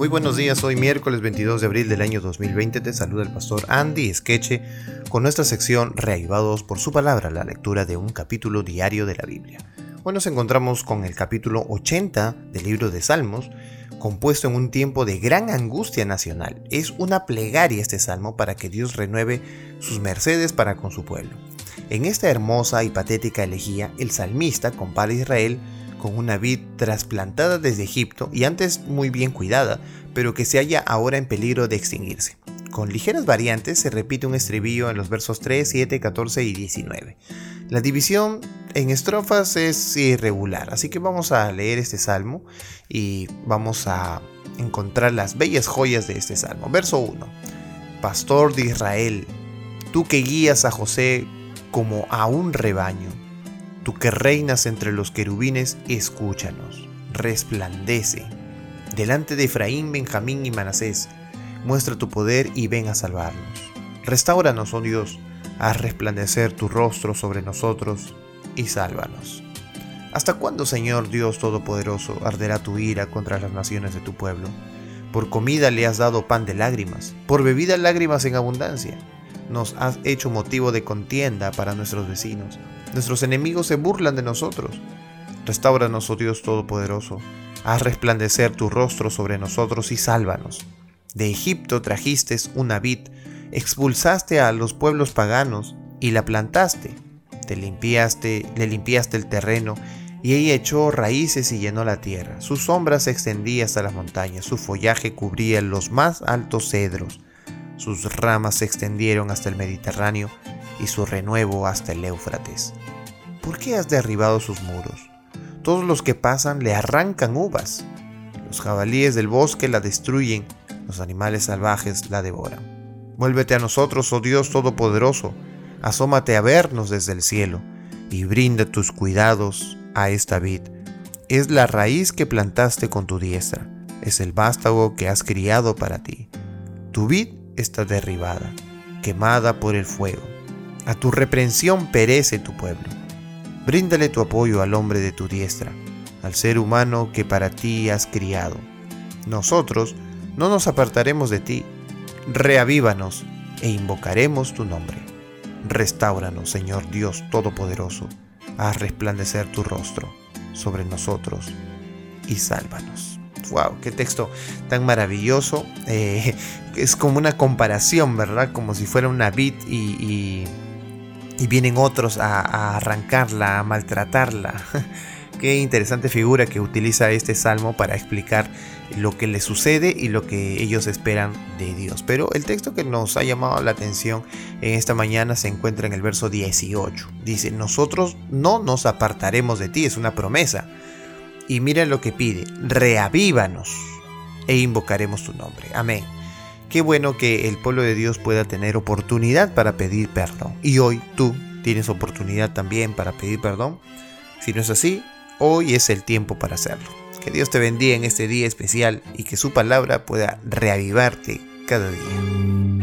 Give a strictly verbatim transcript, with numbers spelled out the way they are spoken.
Muy buenos días, hoy miércoles veintidós de abril del año dos mil veinte te saluda el pastor Andy Esqueche con nuestra sección Reavivados por su palabra, la lectura de un capítulo diario de la Biblia. Hoy nos encontramos con el capítulo ochenta del libro de Salmos, compuesto en un tiempo de gran angustia nacional. Es una plegaria este salmo para que Dios renueve sus mercedes para con su pueblo. En esta hermosa y patética elegía, el salmista compara a Israel con una vid trasplantada desde Egipto y antes muy bien cuidada, pero que se halla ahora en peligro de extinguirse. Con ligeras variantes se repite un estribillo en los versos tres, siete, catorce y diecinueve. La división en estrofas es irregular, así que vamos a leer este salmo y vamos a encontrar las bellas joyas de este salmo. Verso uno. Pastor de Israel, tú que guías a José como a un rebaño, tú que reinas entre los querubines, escúchanos, resplandece. Delante de Efraín, Benjamín y Manasés, muestra tu poder y ven a salvarnos. Restáuranos, oh Dios, haz resplandecer tu rostro sobre nosotros y sálvanos. ¿Hasta cuándo, Señor Dios Todopoderoso, arderá tu ira contra las naciones de tu pueblo? Por comida le has dado pan de lágrimas, por bebida lágrimas en abundancia. Nos has hecho motivo de contienda para nuestros vecinos. Nuestros enemigos se burlan de nosotros. Restáuranos, oh Dios Todopoderoso. Haz resplandecer tu rostro sobre nosotros y sálvanos. De Egipto trajiste una vid, expulsaste a los pueblos paganos y la plantaste. Te limpiaste, le limpiaste el terreno y ella echó raíces y llenó la tierra. Su sombra se extendía hasta las montañas, su follaje cubría los más altos cedros. Sus ramas se extendieron hasta el Mediterráneo y su renuevo hasta el Éufrates. ¿Por qué has derribado sus muros? Todos los que pasan le arrancan uvas. Los jabalíes del bosque la destruyen, los animales salvajes la devoran. Vuélvete a nosotros, oh Dios Todopoderoso, asómate a vernos desde el cielo y brinda tus cuidados a esta vid. Es la raíz que plantaste con tu diestra, es el vástago que has criado para ti. Tu vid está derribada, quemada por el fuego. A tu reprensión perece tu pueblo. Bríndale tu apoyo al hombre de tu diestra, al ser humano que para ti has criado. Nosotros no nos apartaremos de ti. Reavívanos e invocaremos tu nombre. Restáuranos, Señor Dios Todopoderoso. Haz resplandecer tu rostro sobre nosotros y sálvanos. ¡Wow! ¡Qué texto tan maravilloso! Eh, es como una comparación, ¿verdad? Como si fuera una vid y, y, y vienen otros a, a arrancarla, a maltratarla. Qué interesante figura que utiliza este salmo para explicar lo que le sucede y lo que ellos esperan de Dios. Pero el texto que nos ha llamado la atención en esta mañana se encuentra en el verso dieciocho. Dice, nosotros no nos apartaremos de ti, es una promesa. Y mira lo que pide, reavívanos e invocaremos tu nombre. Amén. Qué bueno que el pueblo de Dios pueda tener oportunidad para pedir perdón. Y hoy tú tienes oportunidad también para pedir perdón. Si no es así, hoy es el tiempo para hacerlo. Que Dios te bendiga en este día especial y que su palabra pueda reavivarte cada día.